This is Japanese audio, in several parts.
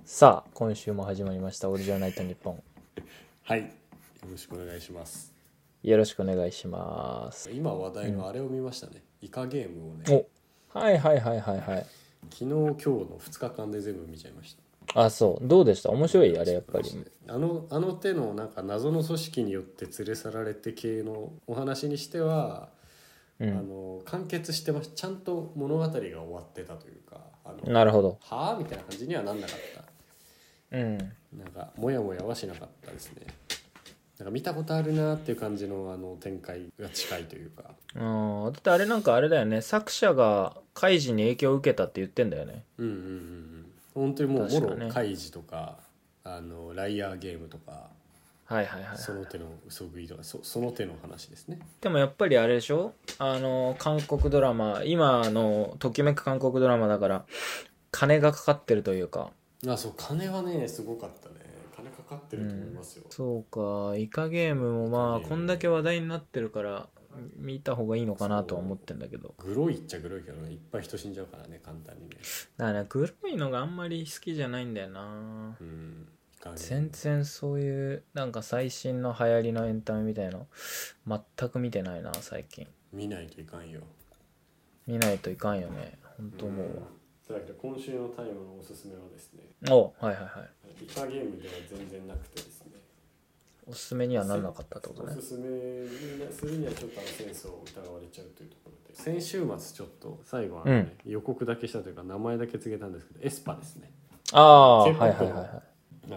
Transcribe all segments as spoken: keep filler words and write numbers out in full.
さあ今週も始まりましたオリジナルナイトニッポン。 はい、よろしくお願いします。 よろしくお願いします。 今話題のあれを見ましたね、イカゲームをね。 おはいはいはいはいはい。 昨日今日のふつかかんで全部見ちゃいました。 あ、そうどうでした？面白い？あれやっぱりあのあの手のなんか謎の組織によって連れ去られて系のお話にしては、 うん、 あの完結してました。ちゃんと物語が終わってたというか、あのなるほど。 はあみたいな感じにはなんなかった。 うん、 なんかモヤモヤはしなかったですね。なんか見たことあるなっていう感じのあの展開が近いというか。 あだってあれなんかあれだよね、作者がカイジに影響を受けたって言ってんだよね。 うんうんうんうん本当にもうもろ確かねカイジとかあのライアーゲームとかはいはいはいはい。 その手の嘘食いとか そ, その手の話ですね。 でもやっぱりあれでしょ、あの韓国ドラマ、今のときめく韓国ドラマだから金がかかってるというか。 あそう金はねすごかったね。金かかってると思いますよ、 そうか、イカゲームもまあこんだけ話題になってるから見た方がいいのかなとは思ってんだけど、 グロいっちゃグロいけどね、いっぱい人死んじゃうからね簡単にね。 だからね、グロいのがあんまり好きじゃないんだよな。 うん全然そういうなんか最新の流行りのエンタメみたいの全く見てないな最近。 見ないといかんよ。 見ないといかんよね、本当思うわ。 だけど今週のタイムのおすすめはですね、 おはいはいはい。 イカゲームでは全然なくてですね、 おすすめにはなんなかったってことね。 おすすめにするにはちょっとあのセンスを疑われちゃうというところで、先週末ちょっと最後は、ねうん、予告だけしたというか名前だけ告げたんですけど、エスパですね。 ああはいはいはいはい。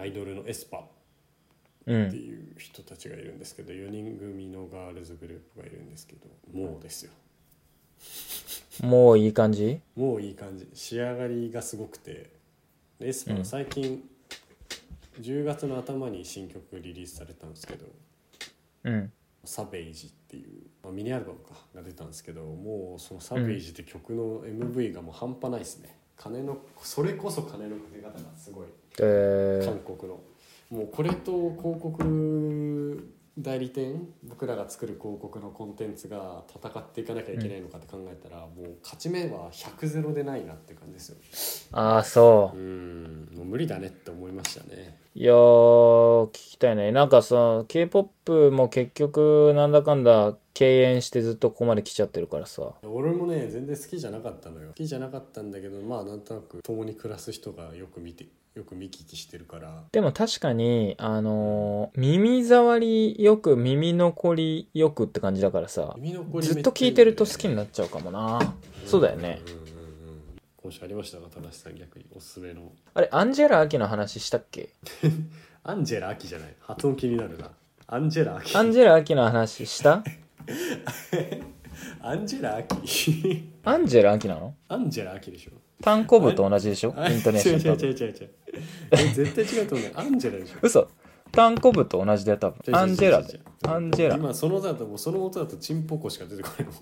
アイドルのエスパっていう人たちがいるんですけど、うん、よにん組のガールズグループがいるんですけど、もうですよもういい感じもういい感じ、仕上がりがすごくて、エスパの最近、うん、じゅうがつの頭に新曲リリースされたんですけど、 うんサベイジっていう、まあ、ミニアルバムかが出たんですけど、もうそのサベイジって曲の エムブイ がもう半端ないですね。金のそれこそ金のかけ方がすごい、えー、韓国のもうこれと広告代理店、僕らが作る広告のコンテンツが戦っていかなきゃいけないのかって考えたら、うん、もう勝ち目はひゃくゼロでないなっていう感じですよ。 ああそう、 うんもう無理だねって思いましたね。 いやー聞きたいね。なんかさ K-ポップ も結局なんだかんだ敬遠してずっとここまで来ちゃってるからさ。 俺もね全然好きじゃなかったのよ。好きじゃなかったんだけど、まあなんとなく共に暮らす人がよく見てよく見聞きしてるから。 でも確かにあのー、耳障りよく耳残りよくって感じだからさ、 耳残りずっと聞いてると好きになっちゃうかもな、うん、そうだよね。 うんうんうんうん、今週ありましたか、正さん逆におすすめの。 あれアンジェラ・アキの話したっけアンジェラ・アキじゃない、発音気になるな。アンジェラ・アキアンジェラ・アキの話したアンジェラ・アキアンジェラ・アキなの？ アンジェラ・アキでしょ。 タンコブと同じでしょ、イントネーション。 違う違う違う違う違うえ絶対違うと思う。アンジェラでしょ。 嘘、タンコブと同じだよ多分。アンジェラで。アンジェラ。 今そのだともうその音だとチンポコしか出てこないもん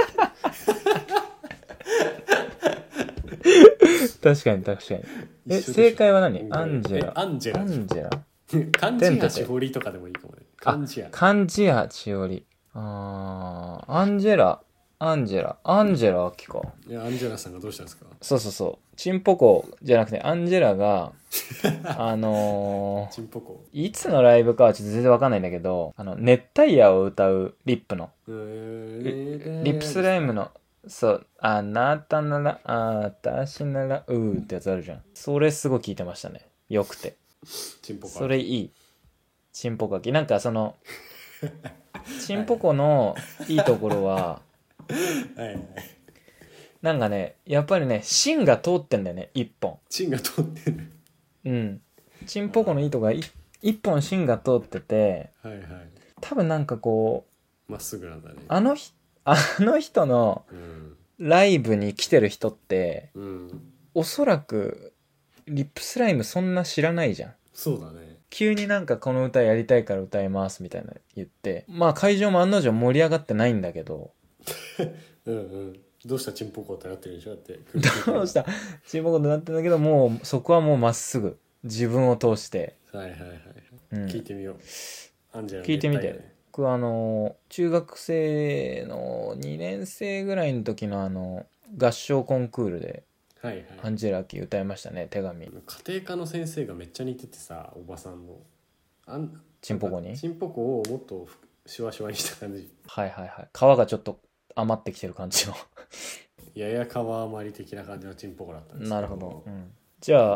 確かに確かに。え正解は何？アンジェラ。 アンジェラ。 アンジェラ。 漢字やしほりとかでもいいかもね。漢字や。 漢字やしほり。あーアンジェラ。アンジェラ。アンジェラアキか。 いやアンジェラさんがどうしたんですか？ そうそうそう。チンポコじゃなくてアンジェラがあのー、 チンポコいつのライブかはちょっと全然わかんないんだけど、あの熱帯夜を歌うリップのリップスライムのそうあなたならあたしならうーってやつあるじゃん。それすごい聞いてましたね。よくて。 チンポコそれいい。チンポコきなんかそのチンポコのいいところははいはいなんかねやっぱりね芯が通ってんだよね、一本。 芯が通ってる。 うんチンポコのいいとこが一本芯が通ってて、 はいはい、 多分なんかこうまっすぐなんだね。 あのひあの人のライブに来てる人って、うん、おそらくリップスライムそんな知らないじゃん。 そうだね。 急になんかこの歌やりたいから歌いますみたいな言って、まあ会場も案の定盛り上がってないんだけどうんうんどうしたチンポコってなってるでしょ。だってどうしたチンポコってなってるんだけど、もうそこはもうまっすぐ自分を通して、 はいはいはい、うん、聞いてみよう。アンジェラ聞いてみて。僕あの中学生のにねん生ぐらいの時のあの合唱コンクールではいはい、 アンジェラ・アキ歌いましたね。手紙。 家庭科の先生がめっちゃ似ててさ、おばさんのあんチンポコにチンポコをもっとシュワシュワにした感じ。 はいはいはい。皮がちょっと余ってきてる感じのやや皮余り的な感じのチンポコだったんですけど。 なるほど、うん、じゃあ、 うん、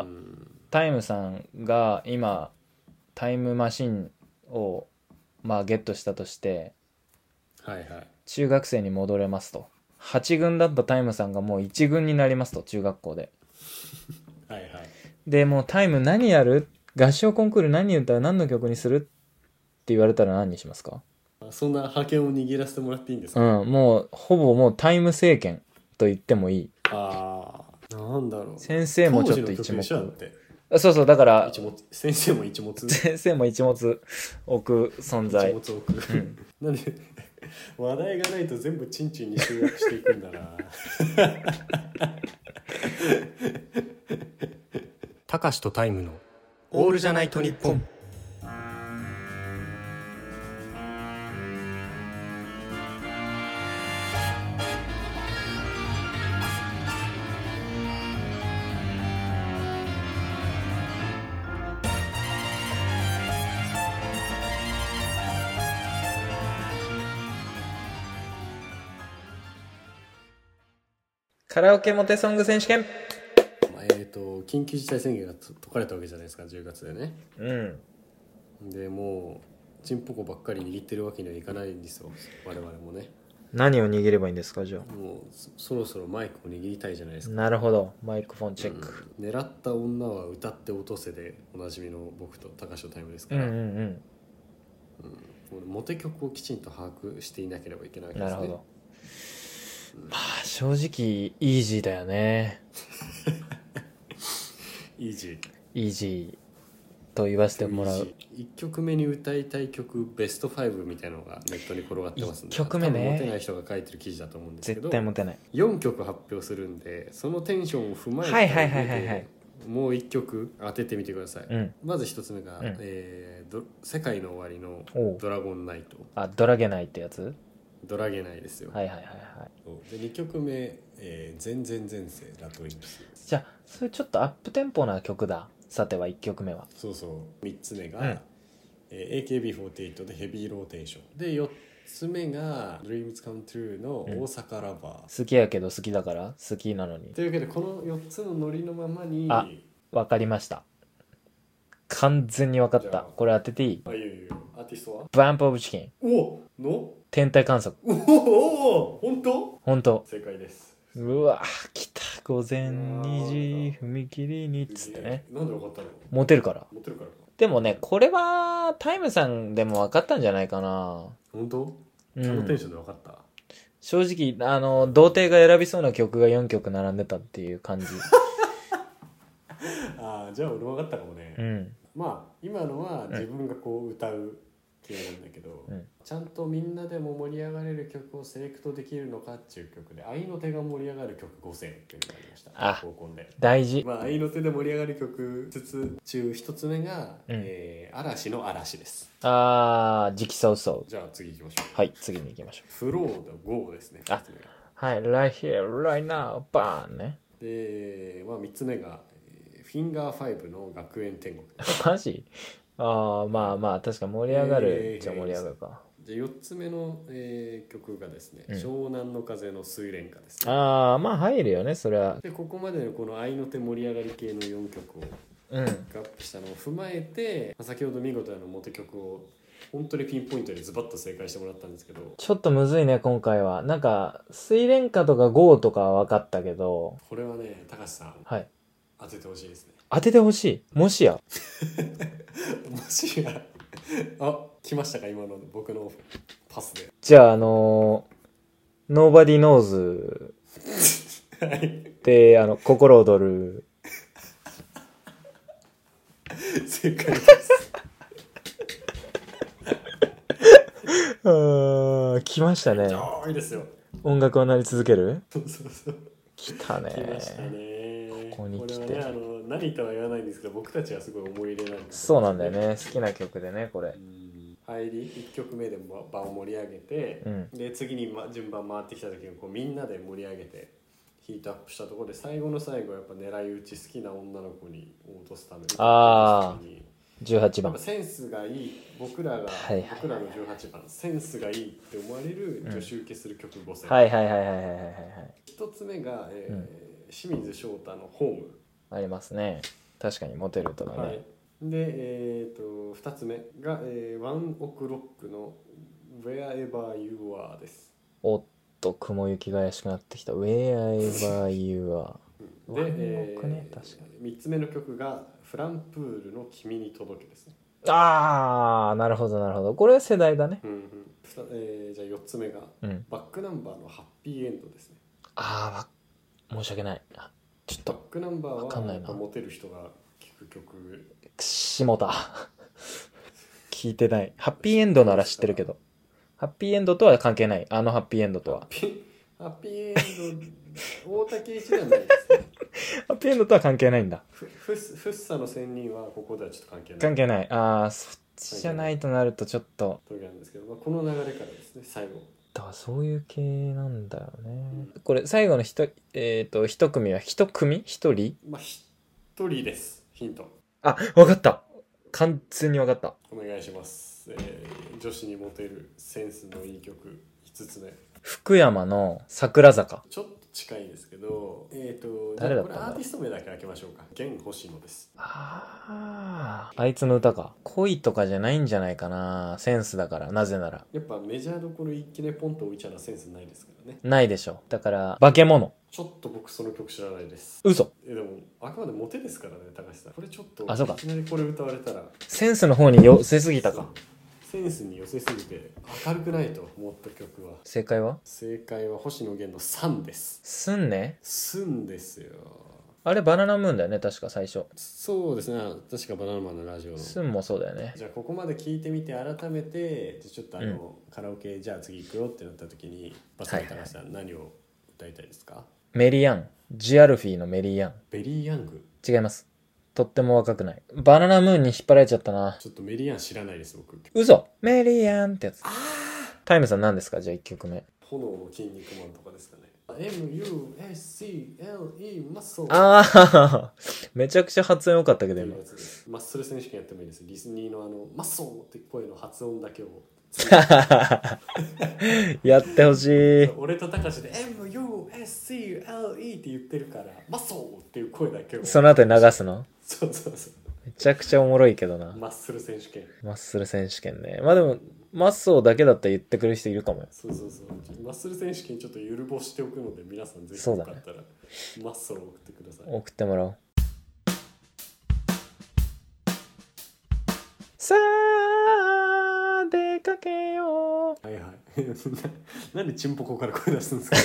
タイムさんが今タイムマシンをまあゲットしたとして、 はいはい、 中学生に戻れますと。はち軍だったタイムさんがもういち軍になりますと、中学校ではいはい、 でもうタイム何やる、合唱コンクール何歌う、何の曲にするって言われたら何にしますか？ そんな覇権を握らせてもらっていいんですか？ うん、もうほぼもうタイム政権と言ってもいい。 ああ、なんだろう。 先生もちょっと一目。 だって。 そうそう、だから先生も一物。 先生も一物置く存在。 一物置く。うん、なんで話題がないと全部チンチンに集約していくんだな。たかしとタイムのオールじゃないと日本。 カラオケモテソング選手権。 えーと緊急事態宣言が解かれたわけじゃないですか、じゅうがつでね。 うんでもうチンポコばっかり握ってるわけにはいかないんですよ、我々もね。 何を握ればいいんですか？じゃあもう そ, そろそろマイクを握りたいじゃないですか。 なるほど、マイクフォンチェック、 うん、狙った女は歌って落とせでおなじみの僕と高橋タイムですから、 うんうんうん、 うん、モテ曲をきちんと把握していなければいけないわけですね。 なるほど、うん、まあ正直イージーだよね。 イージーイージーと言わせてもらう。 いっきょくめに歌いたい曲ベストごみたいなのがネットに転がってますんで、いっきょくめね、 モテない人が書いてる記事だと思うんですけど、 絶対モテない。 よんきょく発表するんで、そのテンションを踏まえて、 はいはいはいはいはい、 もういっきょく当ててみてください、 うん、 まずひとつめが、うんえー、世界の終わりのドラゴンナイト。 あ、ドラゲナイってやつ？ ドラゲナイですよ。 はいはいはいはい。 でにきょくめ、えー、全然前世ラトウィンプス。 じゃあそれちょっとアップテンポな曲だ。さてはいっきょくめはそうそう、みっつめが、うんえー、エーケービーフォーティーエイト でヘビーローテーションで、よっつめが Dreams Come True の大阪ラバー、うん、 好きやけど好きだから好きなのに。 というわけでこのよっつのノリのままに。 あ、わかりました、完全にわかった。これ当てていい？ あ、いいよいいよ。アーティストはバンプオブチキン。 おの天体観測。 おお、本当？ 本当。 正解です。 うわ来た、午前にじ踏切にっつってね。 なんでわかったの？ モテるから。 モテるからか。 でもね、これはタイムさんでも分かったんじゃないかな。 本当？ うん、 そのテンションで分かった？ 正直あの童貞が選びそうな曲がよんきょく並んでたっていう感じ。 ああ、じゃあ俺分かったかもね。うん、まあ今のは自分がこう歌う系なんだけど、うん、ちゃんとみんなでも盛り上がれる曲をセレクトできるのかっていう曲で、愛の手が盛り上がる曲ごせんっていうのがありました。 あ、 高校で大事。 まあ愛の手で盛り上がる曲つつ中ひとつめが、うん、えー、嵐の嵐です。 あー、時期尚早。 じゃあ次行きましょう。 はい、次に行きましょう。 フローのゴーですね。 あ、はい、right here right now バーンね。 で、まあ、みっつめがフィンガーファイブの学園天国。 マジ？ああ、まあまあ確か盛り上がるじゃ盛り上がるか。 でよっつめの、えー、曲がですね、うん、湘南の風の睡蓮花ですね。 ああ、まあ入るよねそれは。 でここまでのこの愛の手盛り上がり系のよんきょくをうん、 アップしたのを踏まえて、先ほど見事なモテ曲を本当にピンポイントでズバッと正解してもらったんですけど、 ちょっとむずいね今回は。なんか睡蓮花とか ゴー とかは分かったけど、 これはね高橋さん、 はい、 当ててほしいですね。 当ててほしい。もしやもしやあ、来ましたか今の僕のパスで。 じゃああのー、Nobody Knows で、はい、あの心躍る正解です。 あー、来ましたね。 いいですよ。 音楽は鳴り続ける。 そうそうそう、 来たね。 来ましたね。 ここに来て、 これはね、あの何とは言わないんですけど、僕たちはすごい思い入れなんです。 そうなんだよね、好きな曲でねこれ。 入りいっきょくめで場を盛り上げて、うん、で次に順番回ってきた時にこうみんなで盛り上げてヒートアップしたところで最後の最後やっぱ狙い撃ち好きな女の子に落とすためにああじゅうはちばんやっぱセンスがいい僕らが、はいはいはい、僕らのじゅうはちばんセンスがいいって思われる女子受けする曲ごせん、うん、 はいはいはいはいはいはいはい一つ目が、えーうん、清水翔太のホームありますね確かにモテるとかね、はい、 で、えー、とふたつめが、えー、ワンオクロックの Wherever You Are ですおっと雲行きが怪しくなってきた Wherever You Are で、えーね、確かにみっつめの曲がフランプールの君に届けですねああなるほどなるほどこれ世代だね、うんうんえー、じゃあよっつめが、うん、バックナンバーのハッピーエンドですねああ申し訳ないちょっとバックナンバーはやっぱモテる人が聴く曲下田聞いてないハッピーエンドなら知ってるけどハッピーエンドとは関係ないあのハッピーエンドとはハッピー、ハッピーエンド大竹一じゃないですねハッピーエンドとは関係ないんだフッフッサの仙人はここではちょっと関係ない関係ないああそっちじゃないとなるとちょっと時なんですけど、まあ、この流れからですね最後だからそういう系なんだよね、うん、これ最後の一えっ、ー、と一組は一組一人まあ一人ですヒントあ分かった完全に分かったお願いします、えー、女子にモテるセンスのいい曲いつつめ福山の桜坂ちょっと近いですけどえっ、ー、と誰だったんだこれアーティスト名だけ開けましょうか源星野ですあああいつの歌か恋とかじゃないんじゃないかなセンスだからなぜならやっぱメジャーどころ一気でポンと置いちゃうセンスないですからねないでしょだから化け物ちょっと僕その曲知らないです嘘えでもあくまでモテですからね高橋さんこれちょっとあそうかいきなりこれ歌われたらセンスの方に寄せすぎたかセンスに寄せすぎて明るくないと思った曲は正解は正解は星野源のサンですすんねすんですよあれバナナムーンだよね確か最初そうですね確かバナナマンのラジオのすんもそうだよねじゃあここまで聞いてみて改めてじゃちょっとあの、うん、カラオケじゃあ次行くよってなった時にバサリ高橋さん、はいはい、何を歌いたいですかメリーアンジアルフィーのメリーアンベリーヤング違いますとっても若くないバナナムーンに引っ張られちゃったなちょっとメリーアン知らないです僕嘘メリーアンってやつあタイムさん何ですかじゃあいっきょくめ炎の筋肉マンとかですかね エムユーエスシーエルイー マッソルああめちゃくちゃ発音良かったけど今マッスル選手権やってもいいですリスニーのあのマッソーって声の発音だけをやってほしい俺と高橋で エムユーエスシーエルイー って言ってるからマッソーっていう声だけをその後に流すのそうそうそうめちゃくちゃおもろいけどなマッスル選手権マッスル選手権ねまあでもマッソーだけだったら言ってくれる人いるかもよそうそうそうマッスル選手権ちょっとゆるぼしておくので皆さんぜひよかったら、ね、マッソーを送ってください送ってもらおうさあ出かけようはいはいなんでチンポコから声出すんですか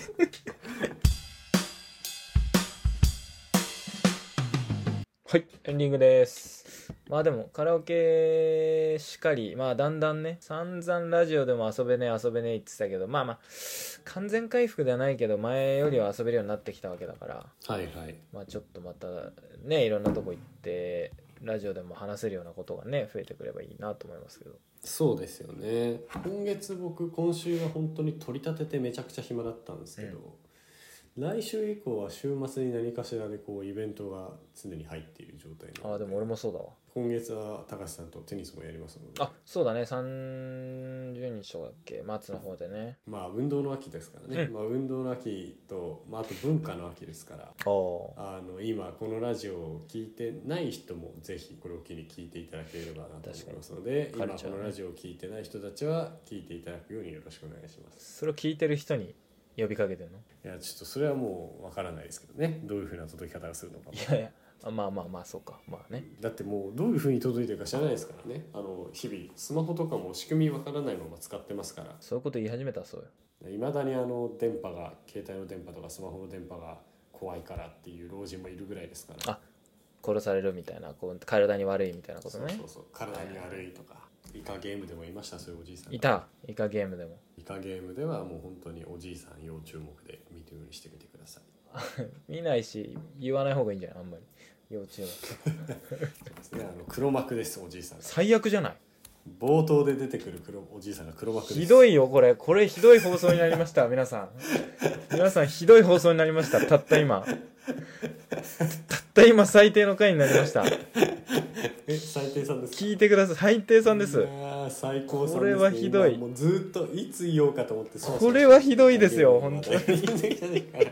はいエンディングですまあでもカラオケしかりまあだんだんね散々ラジオでも遊べねえ遊べねえって言ってたけどまあまあ完全回復ではないけど前よりは遊べるようになってきたわけだからはいはいまあちょっとまたねいろんなとこ行ってラジオでも話せるようなことがね増えてくればいいなと思いますけどそうですよね今月僕今週は本当に取り立ててめちゃくちゃ暇だったんですけど、うん、来週以降は週末に何かしらでこうイベントが常に入っている状態なのであでも俺もそうだわ今月は高橋さんとテニスもやりますのであそうだねさんじゅうにちとかだっけ末の方でねまあ運動の秋ですからね、うんまあ、運動の秋と、まあ、あと文化の秋ですからあの今このラジオを聞いてない人もぜひこれを機に聞いていただければなと思いますので今このラジオを聞いてない人たちは聞いていただくようによろしくお願いしますそれを聞いてる人に呼びかけてんのいやちょっとそれはもうわからないですけどねどういう風な届き方がするのかもいやいやまあまあまあそうかまあねだってもうどういう風に届いてるか知らないですからねあの日々スマホとかも仕組みわからないまま使ってますからそういうこと言い始めたらそうよいまだにあの電波が携帯の電波とかスマホの電波が怖いからっていう老人もいるぐらいですからあ殺されるみたいなこう体に悪いみたいなことねそうそうそう体に悪いとか、イカゲームでもいましたそういうおじいさんいたイカゲームでもイカゲームではもう本当におじいさん要注目で見るようにしてみてください見ないし言わない方がいいんじゃないあんまり幼稚園そうですねあの黒幕ですおじいさん最悪じゃない冒頭で出てくる黒おじいさんが黒幕です。 ひどいよこれこれひどい放送になりました皆さん皆さんひどい放送になりました。たった今たった今最低の回になりました。 え最低さんですか。 聞いてください。最低さんです。 いや最高さんです、ね、 これはひどい。 もうずっといつ言おうかと思ってこれはひどいですよ本当に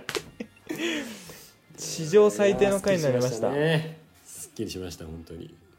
史上最低の回になりました。 ね、すっきりしました本当に。